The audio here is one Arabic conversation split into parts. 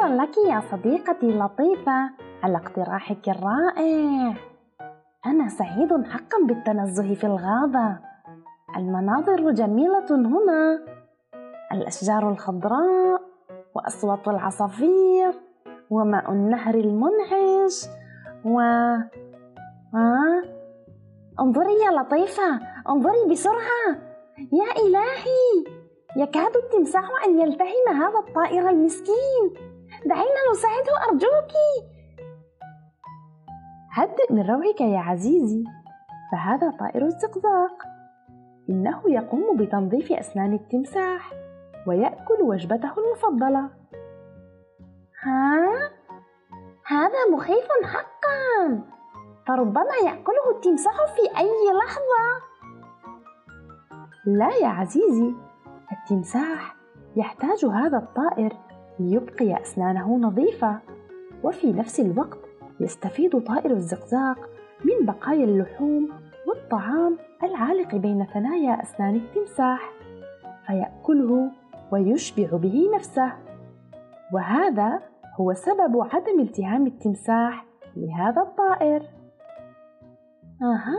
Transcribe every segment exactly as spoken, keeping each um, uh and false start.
شكراً لك يا صديقتي لطيفة على اقتراحك الرائع. أنا سعيد حقاً بالتنزه في الغابة. المناظر جميلة هنا، الأشجار الخضراء وأصوات العصافير وماء النهر المنعش و... آه؟ انظري يا لطيفة، انظري بسرعة. يا إلهي، يكاد التمساح أن يلتهم هذا الطائر المسكين. دعينا نساعده أرجوك. هدئ من روعك يا عزيزي، فهذا طائر الزقزاق. إنه يقوم بتنظيف أسنان التمساح ويأكل وجبته المفضلة. ها؟ هذا مخيف حقاً، فربما يأكله التمساح في أي لحظة. لا يا عزيزي، التمساح يحتاج هذا الطائر ليبقي أسنانه نظيفة، وفي نفس الوقت يستفيد طائر الزقزاق من بقايا اللحوم والطعام العالق بين ثنايا أسنان التمساح، فيأكله ويشبع به نفسه. وهذا هو سبب عدم التهام التمساح لهذا الطائر. أها،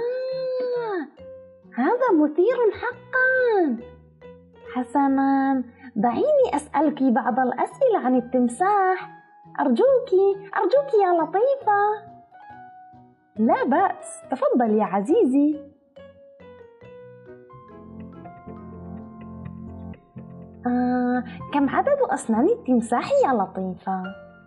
هذا مثير حقاً. حسناً، دعيني أسألك بعض الأسئلة عن التمساح. أرجوك أرجوك يا لطيفة. لا بأس، تفضل يا عزيزي. آه، كم عدد أسنان التمساح يا لطيفة؟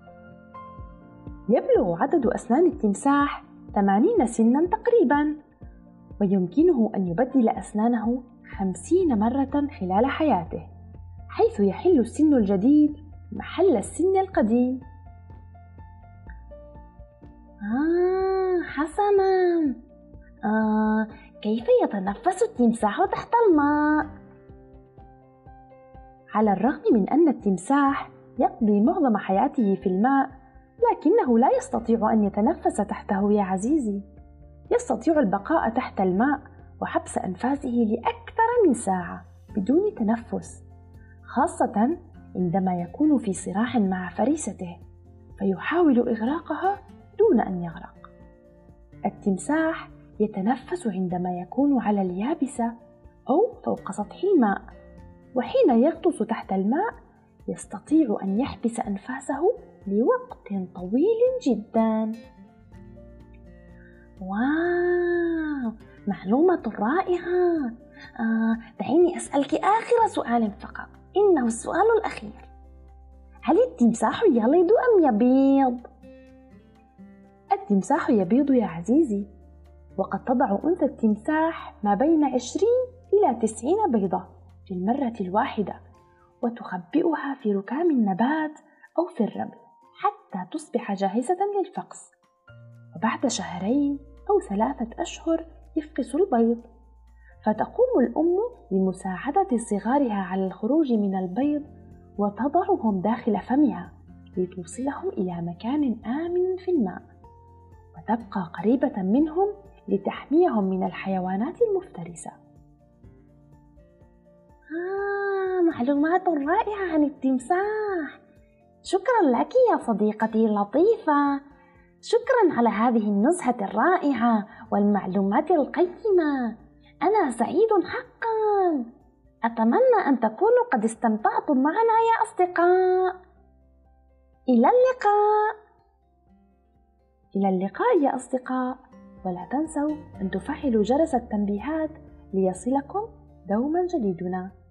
يبلغ عدد أسنان التمساح ثمانين سناً تقريباً، ويمكنه أن يبدل أسنانه خمسين مرة خلال حياته، حيث يحل السن الجديد محل السن القديم. آه، حسناً. آه، كيف يتنفس التمساح تحت الماء؟ على الرغم من أن التمساح يقضي معظم حياته في الماء، لكنه لا يستطيع أن يتنفس تحته يا عزيزي. يستطيع البقاء تحت الماء وحبس أنفاسه لأكثر من ساعة بدون تنفس، خاصة عندما يكون في صراع مع فريسته فيحاول إغراقها دون أن يغرق. التمساح يتنفس عندما يكون على اليابسة أو فوق سطح الماء، وحين يغطس تحت الماء يستطيع أن يحبس أنفاسه لوقت طويل جداً. واو، معلومة رائعة. آه، دعيني أسألك آخر سؤال فقط، إنه السؤال الأخير. هل التمساح يلد أم يبيض؟ التمساح يبيض يا عزيزي، وقد تضع أنثى التمساح ما بين عشرين إلى تسعين بيضة في المرة الواحدة، وتخبئها في ركام النبات أو في الرمل حتى تصبح جاهزة للفقس. وبعد شهرين أو ثلاثة أشهر يفقس البيض، فتقوم الأم بمساعدة صغارها على الخروج من البيض وتضعهم داخل فمها لتوصلهم إلى مكان آمن في الماء، وتبقى قريبة منهم لتحميهم من الحيوانات المفترسة. آه، معلومات رائعة عن التمساح. شكرا لك يا صديقتي اللطيفة. شكرا على هذه النزهة الرائعة والمعلومات القيمة. أنا سعيد حقا. أتمنى أن تكونوا قد استمتعتم معنا يا أصدقاء. إلى اللقاء. إلى اللقاء يا أصدقاء، ولا تنسوا أن تفعلوا جرس التنبيهات ليصلكم دوما جديدنا.